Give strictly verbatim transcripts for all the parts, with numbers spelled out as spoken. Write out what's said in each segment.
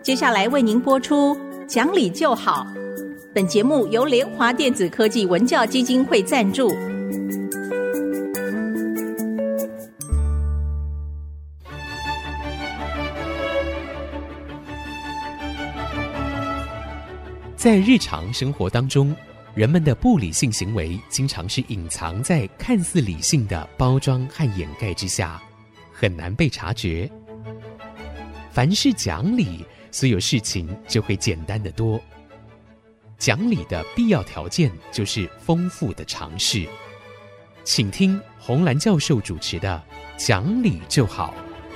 接下来为您播出讲理就好。本节目由联华电子科技文教基金会赞助。 在日常生活当中，人们的不理性行为经常是隐藏在看似理性的包装和掩盖之下，很难被察觉。凡是讲理，所有事情就会简单得多。讲理的必要条件就是丰富的常识。请听洪兰教授主持的《讲理就好》。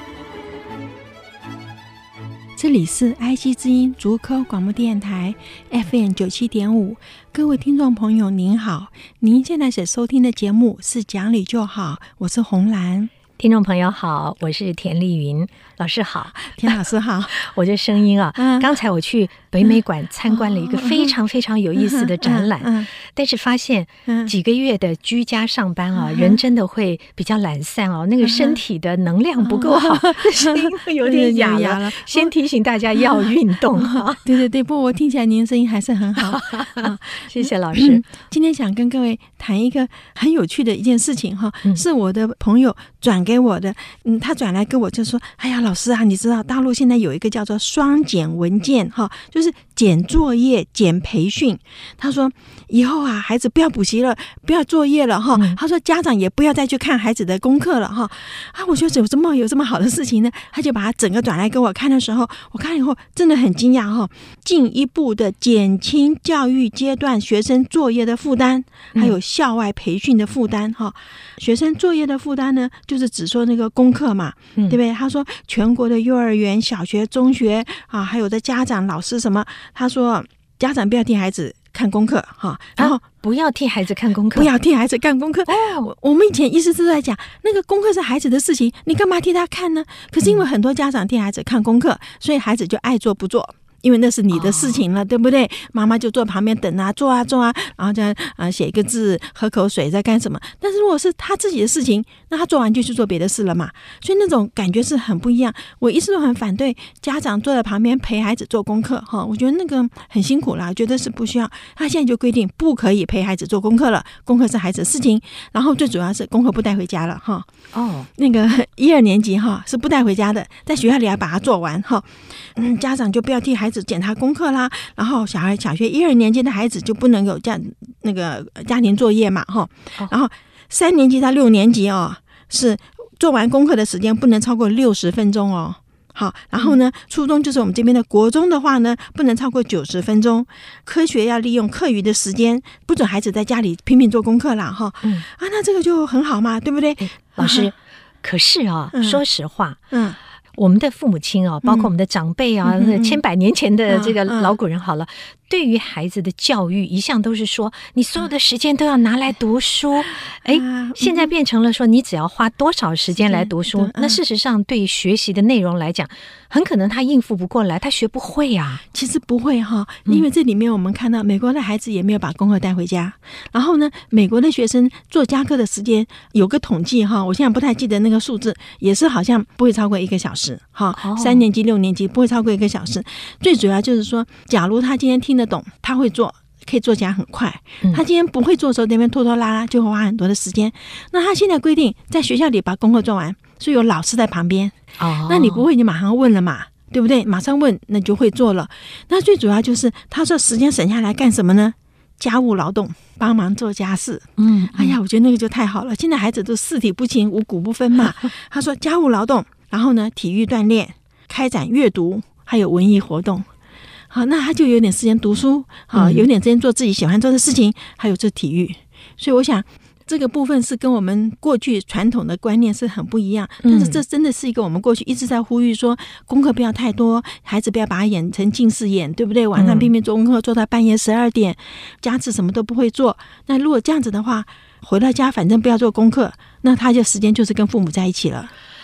这里是 I C 之音竹科广播电台 F M 九十七点五， 各位听众朋友您好，您现在所收听的节目是讲理就好，我是洪兰。 听众朋友好，我是田丽云老师好。 田老师好。 我这声音啊、嗯、刚才我去北美馆参观了一个非常非常有意思的展览、嗯嗯嗯、但是发现几个月的居家上班啊、嗯、人真的会比较懒散哦，那个身体的能量不够好、嗯、声音有点哑 了, 哑了先提醒大家要运动、哦、 对对对，不过我听起来您的声音还是很好谢谢老师、嗯、 今天想跟各位谈一个很有趣的一件事情哈、嗯，是我的朋友转给我的，嗯，他转来跟我就说，哎呀，老师啊，你知道大陆现在有一个叫做双减文件哈，就是减作业、减培训。他说以后啊，孩子不要补习了，不要作业了哈、嗯。他说家长也不要再去看孩子的功课了哈。啊，我觉得有这么有这么好的事情呢，他就把它整个转来给我看的时候，我看以后真的很惊讶哈，进一步的减轻教育阶段学生作业的负担，还有校外培训的负担哈。学生作业的负担呢，就是只说那个功课嘛，嗯、对不对？他说全国的幼儿园、小学、中学啊，还有的家长、老师什么，他说家长不要替孩子看功课哈，然后、啊、 不要替孩子看功课， 不要替孩子看功课。哦，我我们以前一直都在讲，那个功课是孩子的事情，你干嘛替他看呢？可是因为很多家长替孩子看功课，所以孩子就爱做不做。因为那是你的事情了、哦、对不对？妈妈就坐旁边等啊，做啊做啊，然后再啊写一个字，喝口水，在干什么？但是如果是他自己的事情，那他做完就去做别的事了嘛。所以那种感觉是很不一样。我一直都很反对家长坐在旁边陪孩子做功课哈，我觉得那个很辛苦啦，觉得是不需要。他现在就规定不可以陪孩子做功课了，功课是孩子的事情，然后最主要是功课不带回家了哈。哦，那个一二年级哈是不带回家的，在学校里要把它做完哈。嗯，家长就不要替孩子检查功课啦，然后小孩小学一二年级的孩子就不能有家那个家庭作业嘛哈，然后三年级到六年级哦是做完功课的时间不能超过六十分钟哦。好，然后呢，初中就是我们这边的国中的话呢，不能超过九十分钟。科学要利用课余的时间，不准孩子在家里拼命做功课啦哈。嗯啊，那这个就很好嘛，对不对？ 老师，啊、可是啊、嗯，说实话，嗯。我们的父母亲啊，包括我们的长辈啊，嗯、千百年前的这个老古人好了、嗯嗯，对于孩子的教育一向都是说，你所有的时间都要拿来读书。哎、嗯，现在变成了说，你只要花多少时间来读书，嗯、那事实上对于学习的内容来讲，很可能他应付不过来，他学不会啊。 其实不会哈，因为这里面我们看到美国的孩子也没有把功课带回家，然后呢，美国的学生做家课的时间有个统计哈，我现在不太记得那个数字，也是好像不会超过一个小时哈。哦、三年级、六年级不会超过一个小时。最主要就是说，假如他今天听得懂，他会做。可以做起来很快，他今天不会做的时候，那边拖拖拉拉就会花很多的时间。那他现在规定在学校里把功课做完，所以有老师在旁边。哦，那你不会，你马上问了嘛，对不对？马上问，那就会做了。那最主要就是他说时间省下来干什么呢？家务劳动，帮忙做家事。嗯，哎呀，我觉得那个就太好了。现在孩子都四体不勤，五谷不分嘛。他说家务劳动，然后呢，体育锻炼，开展阅读，还有文艺活动。好，那他就有点时间读书，好，有点时间做自己喜欢做的事情，还有这体育。所以我想这个部分是跟我们过去传统的观念是很不一样，但是这真的是一个我们过去一直在呼吁说，功课不要太多，孩子不要把它演成近视眼，对不对？晚上拼命做功课做到半夜十二点，家事什么都不会做。那如果这样子的话，回到家反正不要做功课，那他就时间就是跟父母在一起了。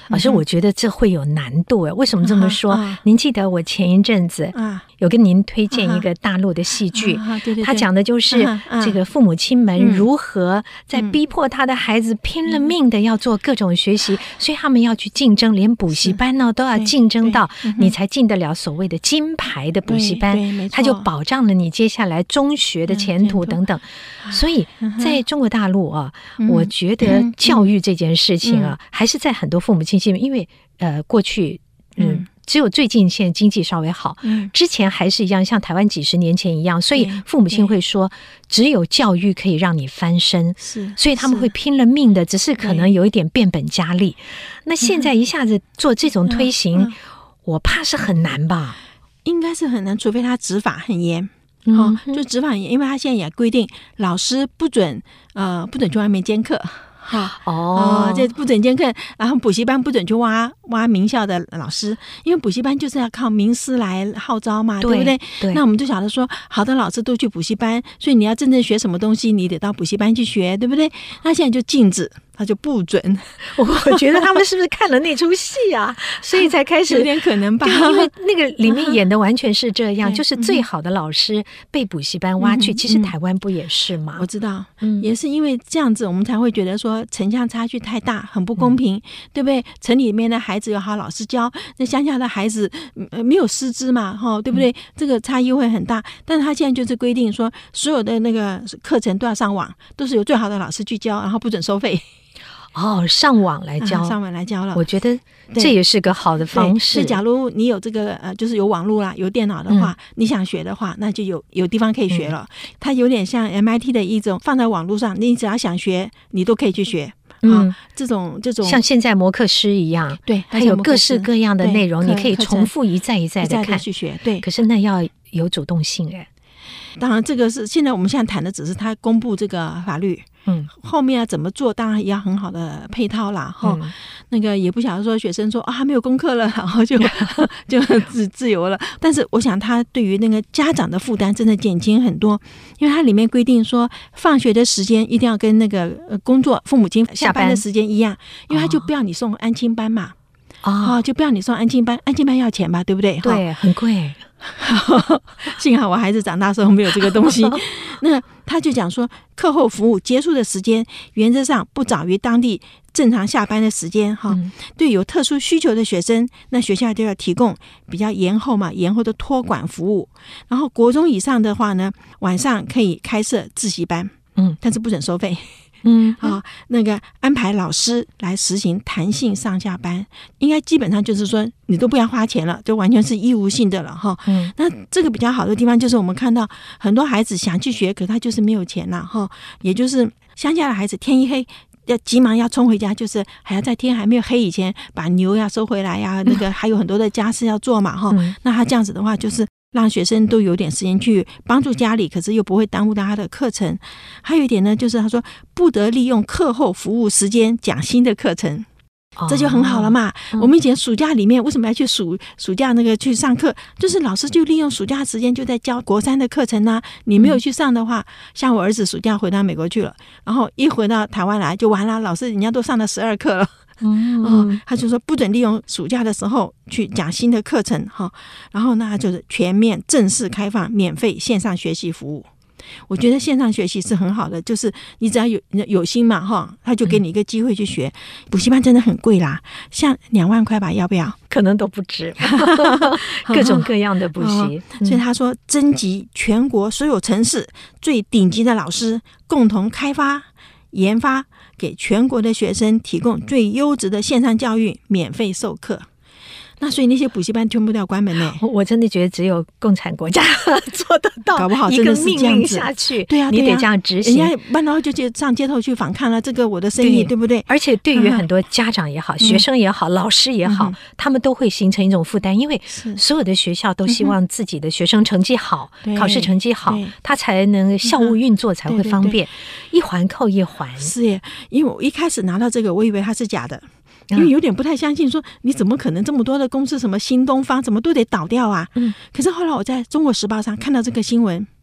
老师，我觉得这会有难度哎，为什么这么说？ 啊、 您记得我前一阵子啊有跟您推荐一个大陆的戏剧， 啊啊、对对对， 他讲的就是这个父母亲们如何在逼迫他的孩子拼了命的要做各种学习，嗯、所以他们要去竞争，连补习班呢都要竞争到你才进得了所谓的金牌的补习班，他就保障了你接下来中学的前途等等。嗯、所以在中国大陆啊，嗯、我觉得教育这件事情啊，嗯、还是在很多父母亲心里，因为呃过去嗯。嗯只有最近现在经济稍微好，嗯、之前还是一样，像台湾几十年前一样，所以父母亲会说，只有教育可以让你翻身，是，所以他们会拼了命的，只是可能有一点变本加厉。那现在一下子做这种推行，嗯、我怕是很难吧？ 应该是很难，除非他执法很严。嗯、哦，就执法很严，因为他现在也规定，老师不准呃不准去外面兼课。哈哦，这不准兼课，然后补习班不准去挖挖名校的老师，因为补习班就是要靠名师来号召嘛， 对, 对不对？对。那我们就晓得说，好的老师都去补习班，所以你要真正学什么东西，你得到补习班去学，对不对？那现在就禁止。他就不准， 我觉得他们是不是看了那出戏啊？所以才开始有点可能吧？ 因为那个里面演的完全是这样，就是最好的老师被补习班挖去。其实台湾不也是吗？ 我知道，也是因为这样子，我们才会觉得说城乡差距太大，很不公平，对不对？城里面的孩子有好老师教，那乡下的孩子没有师资嘛，哈，对不对？这个差异会很大。但是他现在就是规定说，所有的那个课程都要上网，都是由最好的老师去教，然后不准收费。 哦，上网来教、 啊，上网来教了。 我觉得这也是个好的方式。 是，假如你有这个呃，就是有网络啦，有电脑的话，嗯、你想学的话，那就有有地方可以学了。嗯、它有点像 M I T 的一种，放在网络上，你只要想学，你都可以去学。嗯，这种这种像现在摩课师一样， 对， 它有各式各样的内容，你可以重复一再一再的看去学。对， 可是那要有主动性哎。 当然，这个是现在我们现在谈的只是他公布这个法律，嗯，后面要怎么做，当然也要很好的配套啦，哈、嗯，那个也不晓得说学生说啊没有功课了，然后就就自自由了。但是我想他对于那个家长的负担真的减轻很多，因为它里面规定说放学的时间一定要跟那个工作父母亲下班的时间一样，因为他就不要你送安亲班嘛，哦，就不要你送安亲班，安亲班要钱吧，对不对？ 对，很贵。 幸好我孩子长大时候没有这个东西。那他就讲说，课后服务结束的时间原则上不早于当地正常下班的时间哈。嗯、对有特殊需求的学生，那学校就要提供比较延后嘛，延后的托管服务。然后国中以上的话呢，晚上可以开设自习班，嗯，但是不准收费。嗯，啊，那个安排老师来实行弹性上下班，应该基本上就是说你都不要花钱了，就完全是义务性的了哈。嗯，那这个比较好的地方就是我们看到很多孩子想去学，可他就是没有钱了哈。也就是乡下的孩子天一黑要急忙要冲回家，就是还要在天还没有黑以前把牛要收回来呀，那个还有很多的家事要做嘛哈。嗯、那他这样子的话就是让学生都有点时间去帮助家里，可是又不会耽误到他的课程。还有一点呢，就是他说不得利用课后服务时间讲新的课程，这就很好了嘛。哦、我们以前暑假里面为什么要去暑暑假那个去上课？就是老师就利用暑假时间就在教国三的课程啊。你没有去上的话，嗯、像我儿子暑假回到美国去了，然后一回到台湾来就完了，老师人家都上了十二课了。嗯、哦，他就说不准利用暑假的时候去讲新的课程哈，然后呢就是全面正式开放免费线上学习服务。我觉得线上学习是很好的，就是你只要有有心嘛哈，他就给你一个机会去学。补习班真的很贵啦，像两万块吧，要不要？ 可能都不止，各种各样的补习。哦嗯、所以他说征集全国所有城市最顶级的老师，共同开发研发，给全国的学生提供最优质的线上教育，免费授课。那所以那些补习班全部都要关门呢？ 我真的觉得只有共产国家做得到， 搞不好真的是这样子下去。 对啊， 你得这样执行。 人家班然后就去上街头去反抗了，这个我的生意 对, 对不对？ 而且对于很多家长也好、嗯、学生也好、老师也好、嗯，他们都会形成一种负担，因为所有的学校都希望自己的学生成绩好，嗯、考试成绩好，他才能校务运作才会方便。对对对，一环扣一环。 是耶，因为我一开始拿到这个，我以为它是假的。因为有点不太相信，说你怎么可能这么多的公司，什么新东方，怎么都得倒掉啊？嗯。可是后来我在中国时报上看到这个新闻，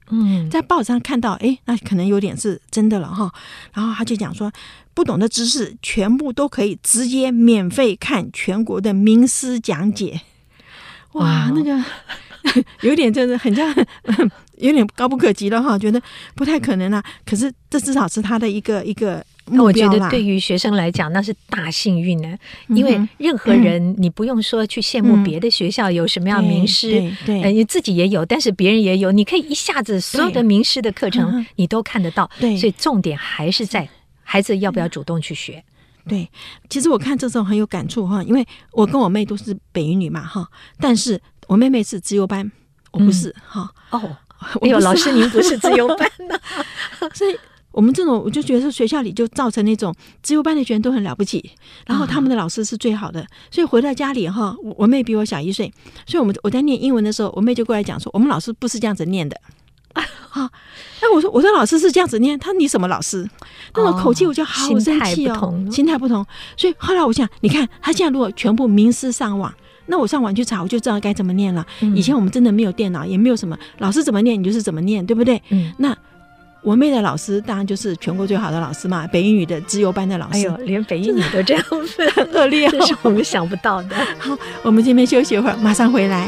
嗯，在报纸上看到，哎，那可能有点是真的了哈。然后他就讲说，不懂的知识全部都可以直接免费看全国的名师讲解。哇，那个有点真的很像，有点高不可及了哈，觉得不太可能啦。可是这至少是他的一个一个目标啦。 我觉得对于学生来讲，那是大幸运呢，因为任何人、嗯、你不用说去羡慕别的学校有什么样的名师， 对对、 呃，你自己也有，但是别人也有，你可以一下子所有的名师的课程你都看得到。对，所以重点还是在孩子要不要主动去学。 对，其实我看这时候很有感触哈，因为我跟我妹都是北一女嘛哈，但是我妹妹是资优班，我不是哈、 嗯。哦，哎呦，老师您不是资优班呢、 啊，所以我们这种我就觉得说学校里就造成那种资优班的学生都很了不起，然后他们的老师是最好的，啊、所以回到家里哈，我妹比我小一岁，所以我们我在念英文的时候，我妹就过来讲说，我们老师不是这样子念的。啊！那我说，我的老师是这样子念，他你什么老师？那种口气我就好生气哦，心态不同。所以后来我想，你看他现在如果全部名师上网，那我上网去查，我就知道该怎么念了。嗯、以前我们真的没有电脑，也没有什么老师怎么念，你就是怎么念，对不对？嗯。那我妹的老师当然就是全国最好的老师嘛，北一女的资优班的老师。 哎呦，连北一女都这样分， 很恶劣、哦， 这是我们想不到的。 好，我们这边休息一会儿，马上回来。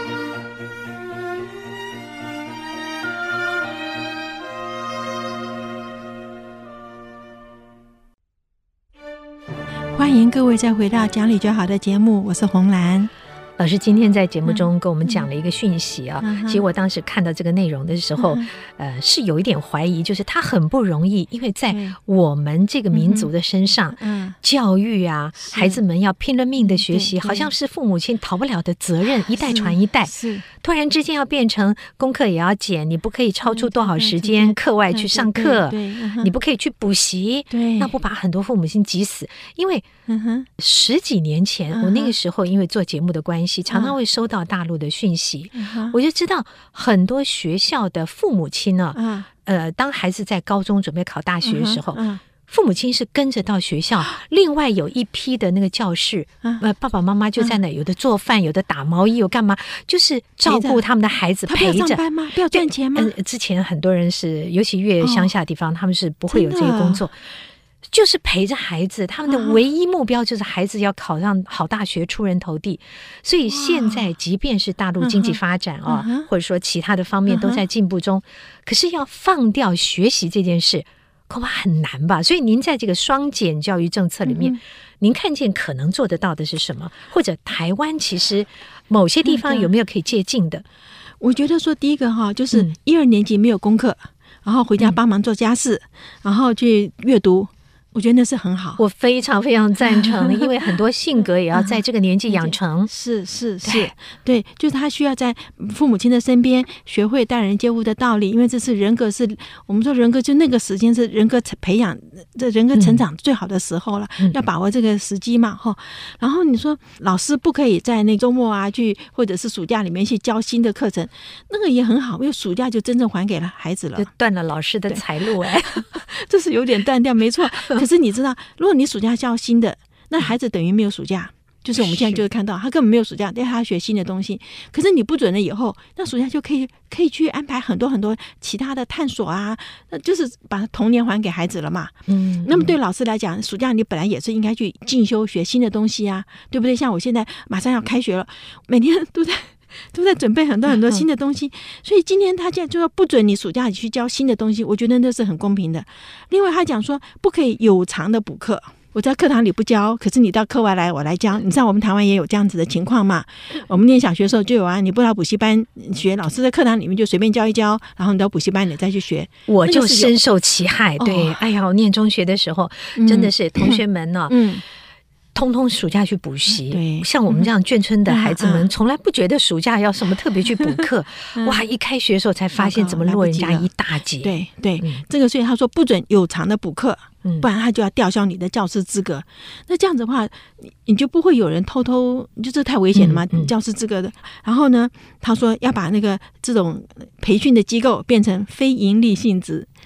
欢迎各位再回到讲理就好的节目，我是洪兰老师。今天在节目中跟我们讲了一个讯息啊、嗯嗯、其实我当时看到这个内容的时候、嗯、呃，是有一点怀疑，就是它很不容易，因为在我们这个民族的身上、嗯、教育啊，孩子们要拼了命的学习，好像是父母亲逃不了的责任，一代传一代，是突然之间要变成功课也要减，你不可以超出多少时间课外去上课，你不可以去补习，那不把很多父母亲急死。因为十几年前我那个时候因为做节目的关系，常常会收到大陆的讯息，我就知道很多学校的父母亲呢，呃，当孩子在高中准备考大学的时候，父母亲是跟着到学校，另外有一批的那个教室，呃，爸爸妈妈就在那，有的做饭，有的打毛衣，有干嘛，就是照顾他们的孩子，陪着。他不要上班吗？不要赚钱吗？呃，之前很多人是，尤其越乡下的地方，他们是不会有这些工作。就是陪着孩子，他们的唯一目标就是孩子要考上好大学，出人头地。所以现在即便是大陆经济发展啊，或者说其他的方面都在进步中，可是要放掉学习这件事恐怕很难吧。所以您在这个双减教育政策里面，您看见可能做得到的是什么？或者台湾其实某些地方有没有可以借鉴的？ 我觉得说第一个哈，就是一二年级没有功课，然后回家帮忙做家事，然后去阅读，我觉得那是很好， 我非常非常赞成，因为很多性格也要在这个年纪养成。 是是是，对，就是他需要在父母亲的身边学会待人接物的道理，因为这是人格，是我们说人格就那个时间是人格培养、这人格成长最好的时候了，嗯、要把握这个时机嘛，哈。然后你说老师不可以在那周末啊去，或者是暑假里面去教新的课程，那个也很好，因为暑假就真正还给了孩子了， 就断了老师的财路哎， 这是有点断掉，没错。可是你知道，如果你暑假教新的，那孩子等于没有暑假，就是我们现在就会看到他根本没有暑假，但他学新的东西。可是你不准了以后，那暑假就可以可以去安排很多很多其他的探索啊，那就是把童年还给孩子了嘛。嗯，那么对老师来讲，暑假你本来也是应该去进修学新的东西啊，对不对？像我现在马上要开学了，每天都在。都在准备很多很多新的东西，所以今天他现在就说不准你暑假去教新的东西，我觉得那是很公平的。另外他讲说不可以有偿的补课，我在课堂里不教，可是你到课外来我来教。你知道我们台湾也有这样子的情况嘛？我们念小学的时候就有啊，你不到补习班学，老师在课堂里面就随便教一教，然后你到补习班你再去学。 我就深受其害，对，哦、哎呀，我念中学的时候、嗯、真的是同学们呢、嗯。嗯通通暑假去补习，对，像我们这样眷村的孩子们，从来不觉得暑假要什么特别去补课。哇，一开学的时候才发现怎么落人家一大截。 对对、嗯，这个所以他说不准有偿的补课，不然他就要吊销你的教师资格。那这样子的话，你就不会有人偷偷，就这太危险了嘛，嗯嗯、教师资格的。然后呢，他说要把那个这种培训的机构变成非盈利性质。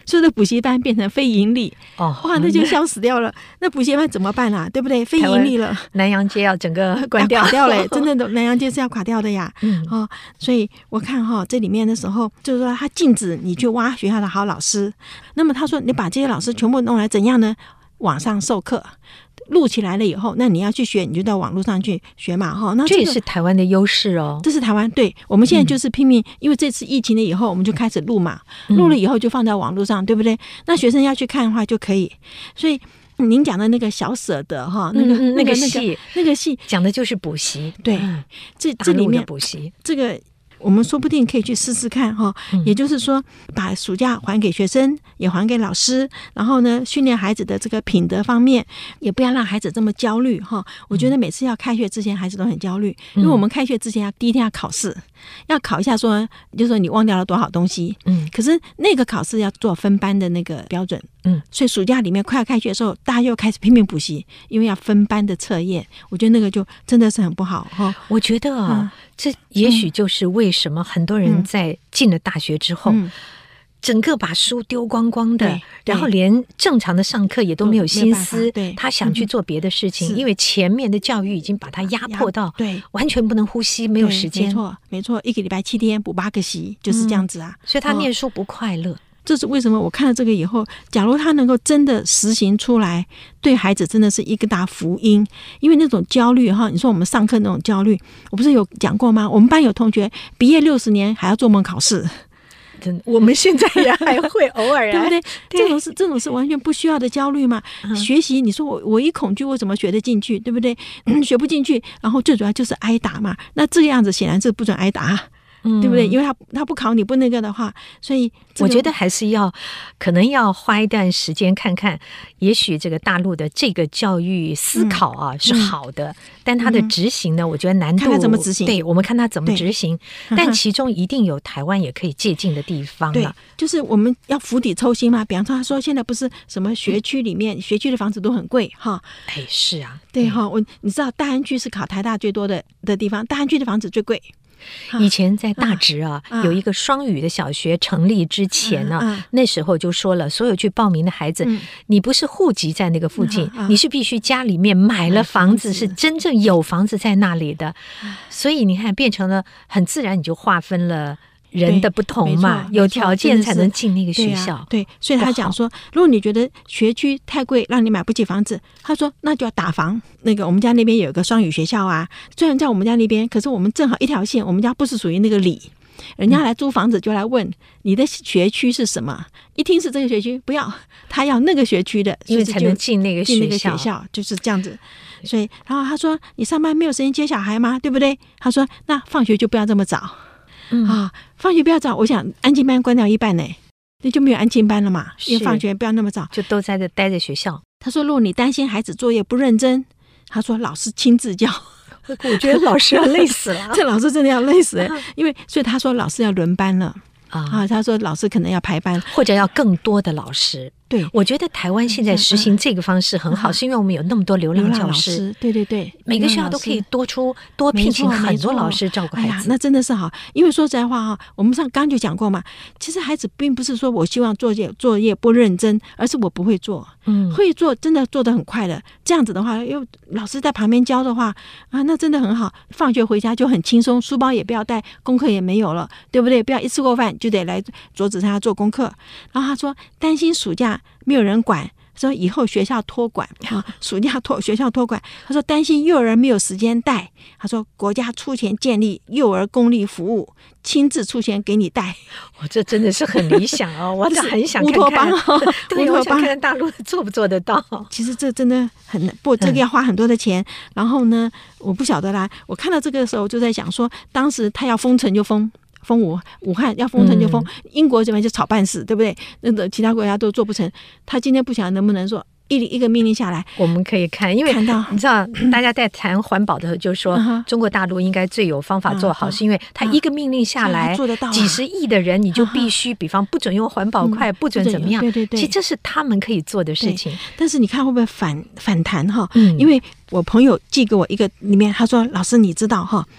所以的补习班变成非盈利， 哦， 哇，那就消死掉了。那补习班怎么办啊？对不对？非盈利了， 南洋街要整个关掉， 垮掉了，真的南洋街是要垮掉的呀。 嗯， 哦，所以我看哈、哦，这里面的时候就是说，他禁止你去挖学校的好老师。那么他说，你把这些老师全部弄来怎样呢？网上授课。录起来了以后，那你要去学，你就到网络上去学嘛，哈。那、这个、 这也是台湾的优势哦。 这是台湾，对，我们现在就是拼命，嗯、因为这次疫情了以后，我们就开始录嘛，录了以后就放在网络上，对不对？那学生要去看的话就可以。所以您讲的那个小舍得哈，那个、 嗯、那个戏、 那个、那个戏讲的就是补习， 对， 嗯、 这这里面补习这个。我们说不定可以去试试看哈，也就是说，把暑假还给学生，也还给老师，然后呢，训练孩子的这个品德方面，也不要让孩子这么焦虑哈。我觉得每次要开学之前，孩子都很焦虑，因为我们开学之前要第一天要考试，要考一下说，就是说你忘掉了多少东西，嗯，可是那个考试要做分班的那个标准，嗯，所以暑假里面快要开学的时候，大家又开始拼命补习，因为要分班的测验，我觉得那个就真的是很不好哈。 我觉得啊。嗯，这也许就是为什么很多人在进了大学之后，嗯、整个把书丢光光的，然后连正常的上课也都没有心思， 对， 他想去做别的事情，嗯、因为前面的教育已经把他压迫到， 对， 完全不能呼吸，没有时间。 没错，没错，一个礼拜七天补八个习，就是这样子啊。 嗯、所以他念书不快乐。哦， 这是为什么？我看了这个以后，假如他能够真的实行出来，对孩子真的是一个大福音。因为那种焦虑哈，你说我们上课那种焦虑，我不是有讲过吗？我们班有同学毕业六十年还要做梦考试， 真的，我们现在也还会偶尔、啊， 对不对？对，这种是这种是完全不需要的焦虑嘛。嗯、学习，你说我我一恐惧，我怎么学得进去？对不对？嗯、学不进去，然后最主要就是挨打嘛。那这个样子显然是不准挨打。对不对？因为他他不考你不那个的话，所以我觉得还是要可能要花一段时间看看，也许这个大陆的这个教育思考啊、嗯、是好的，嗯、但它的执行呢，我觉得难度看他怎么执行， 对我们看他怎么执行，但其中一定有台湾也可以借鉴的地方了。 对，就是我们要釜底抽薪嘛。比方说，他说现在不是什么学区里面，嗯、学区的房子都很贵哈。 哎，是啊， 对哈，我你知道大安区是考台大最多的的地方，大安区的房子最贵。 以前在大直啊，啊有一个双语的小学成立之前呢、啊，啊、那时候就说了，所有去报名的孩子，嗯、你不是户籍在那个附近，嗯啊、你是必须家里面买了房子，是真正有房子在那里的，嗯、所以你看变成了很自然，你就划分了。人的不同嘛，有条件才能进那个学校。 对,、啊、对，所以他讲说，如果你觉得学区太贵，让你买不起房子，他说那就要打房。那个我们家那边有一个双语学校啊，虽然在我们家那边，可是我们正好一条线，我们家不是属于那个里。人家来租房子就来问、嗯、你的学区是什么，一听是这个学区，不要，他要那个学区的， 因为才能进那个学校， 进那个学校就是这样子。所以，然后他说：“你上班没有时间接小孩吗？对不对？”他说：“那放学就不要这么早。”嗯啊，放学不要早，我想安静班关掉一半呢，那就没有安静班了嘛。因为放学不要那么早， 就都在这待在学校。 他说，如果你担心孩子作业不认真，他说老师亲自教。 我觉得老师要累死了， 这老师真的要累死了，因为所以他说老师要轮班了啊，他说老师可能要排班， 或者要更多的老师。对，我觉得台湾现在实行这个方式很好，嗯、是因为我们有那么多流浪教师， 对对对， 每个学校都可以多出多聘请很多老师照顾孩子。哎呀， 那真的是好，因为说实在话哈，我们上刚刚就讲过嘛，其实孩子并不是说我希望作业作业不认真，而是我不会做，嗯，会做真的做得很快的，这样子的话，又老师在旁边教的话啊，那真的很好，放学回家就很轻松，书包也不要带，功课也没有了，对不对？不要一吃过饭就得来阻止他做功课。然后他说担心暑假没有人管，说以后学校托管啊，暑假托学校托管。他说担心幼儿没有时间带，他说国家出钱建立幼儿公立服务，亲自出钱给你带。 我这真的是很理想哦，我很想看看， 乌托邦哦， 对，我想看看大陆做不做得到。 其实这真的很不，这个要花很多的钱。嗯、然后呢，我不晓得啦。我看到这个的时候就在想说，当时他要封城就封。封武武汉要封城就封，嗯、英国这边就草办事，对不对？那个其他国家都做不成。他今天不想能不能说一一个命令下来， 我们可以看，因为看到你知道，大家在谈环保的时候，就是说、嗯、中国大陆应该最有方法做好，嗯、是因为他一个命令下来， 嗯、做得到、啊、 几十亿的人，你就必须，嗯、比方不准用环保筷，嗯、不准怎么样？ 对对对， 其实这是他们可以做的事情。 但是你看会不会反反弹哈？嗯、因为我朋友寄给我一个里面，他说：“老师，你知道哈？”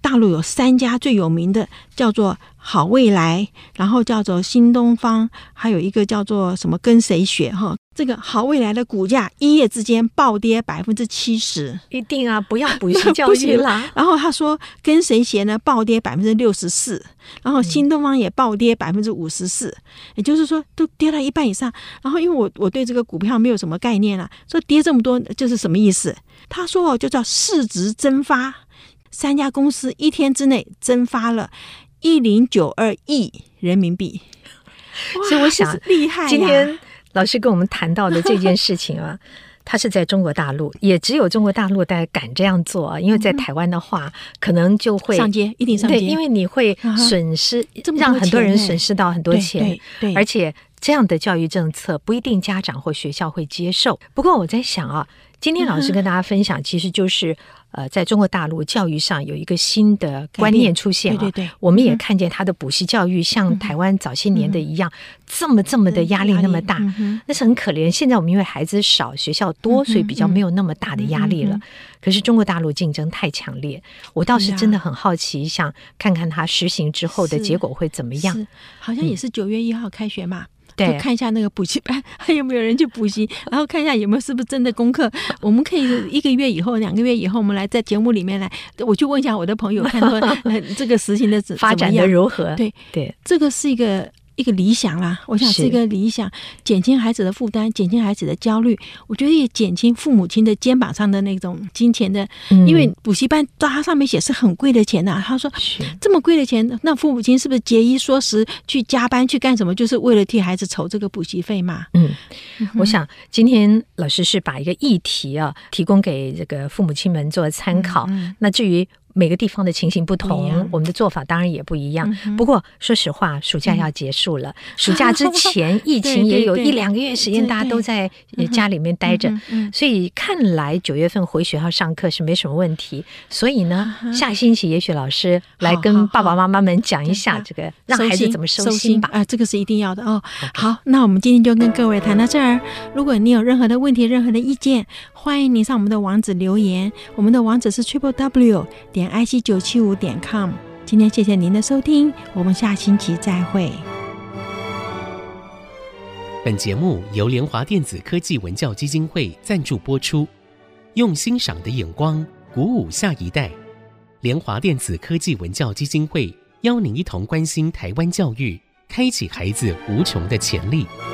大陆有三家最有名的，叫做好未来，然后叫做新东方，还有一个叫做什么跟谁学哈。这个好未来的股价一夜之间暴跌百分之七十， 一定啊，不要补习教育啦。 然后他说跟谁学呢，暴跌百分之六十四，然后新东方也暴跌百分之五十四，也就是说都跌到一半以上。然后因为我我对这个股票没有什么概念啦，说跌这么多就是什么意思？他说哦，就叫市值蒸发，三家公司一天之内蒸发了一零九二亿人民币。 所以我想厉害呀， 今天老师跟我们谈到的这件事情啊，他是在中国大陆，也只有中国大陆大家敢这样做啊，因为在台湾的话，可能就会上街，一定上街， 对，因为你会损失， 啊、 让很多人损失到很多钱， 对对对， 而且这样的教育政策不一定家长或学校会接受。不过我在想啊，今天老师跟大家分享，其实就是呃，在中国大陆教育上有一一个新的观念出现啊， 对对对， 我们也看见他的补习教育像台湾早些年的一样，嗯、这么这么的压力那么大，嗯、那是很可怜。现在我们因为孩子少，学校多，所以比较没有那么大的压力了。嗯、可是中国大陆竞争太强烈，我倒是真的很好奇，想看看它实行之后的结果会怎么样。 好像也是九月一号开学嘛。嗯对， 看一下那个补习班还有没有人去补习，然后看一下有没有是不是真的功课。我们可以一个月以后、两个月以后，我们来在节目里面来，我去问一下我的朋友，看说、呃、这个实行的怎发展的如何。 对对， 这个是一个一个理想啦，我想是一个理想，减轻孩子的负担，减轻孩子的焦虑，我觉得也减轻父母亲的肩膀上的那种金钱的，嗯、因为补习班它上面写是很贵的钱呐、啊。他说这么贵的钱，那父母亲是不是节衣缩食去加班去干什么，就是为了替孩子筹这个补习费嘛？ 嗯，我想今天老师是把一个议题啊提供给这个父母亲们做参考。嗯嗯、那至于每个地方的情形不同，不我们的做法当然也不一样。嗯、不过说实话，暑假要结束了，嗯、暑假之前疫情也有一两个月时间，大家都在家里面待着，所以看来九月份回学校上课是没什么问题。所以呢，嗯、下星期也许老师来跟爸爸妈妈们讲一下这个让孩子怎么收心吧。 啊、呃，这个是一定要的哦。Okay. 好，那我们今天就跟各位谈到这儿。如果你有任何的问题、任何的意见，欢迎你上我们的网址留言。我们的网址是 triple w 点 i c 九七五点 com。今天谢谢您的收听，我们下星期再会。 本节目由联华电子科技文教基金会赞助播出，用欣赏的眼光鼓舞下一代。联华电子科技文教基金会邀您一同关心台湾教育，开启孩子无穷的潜力。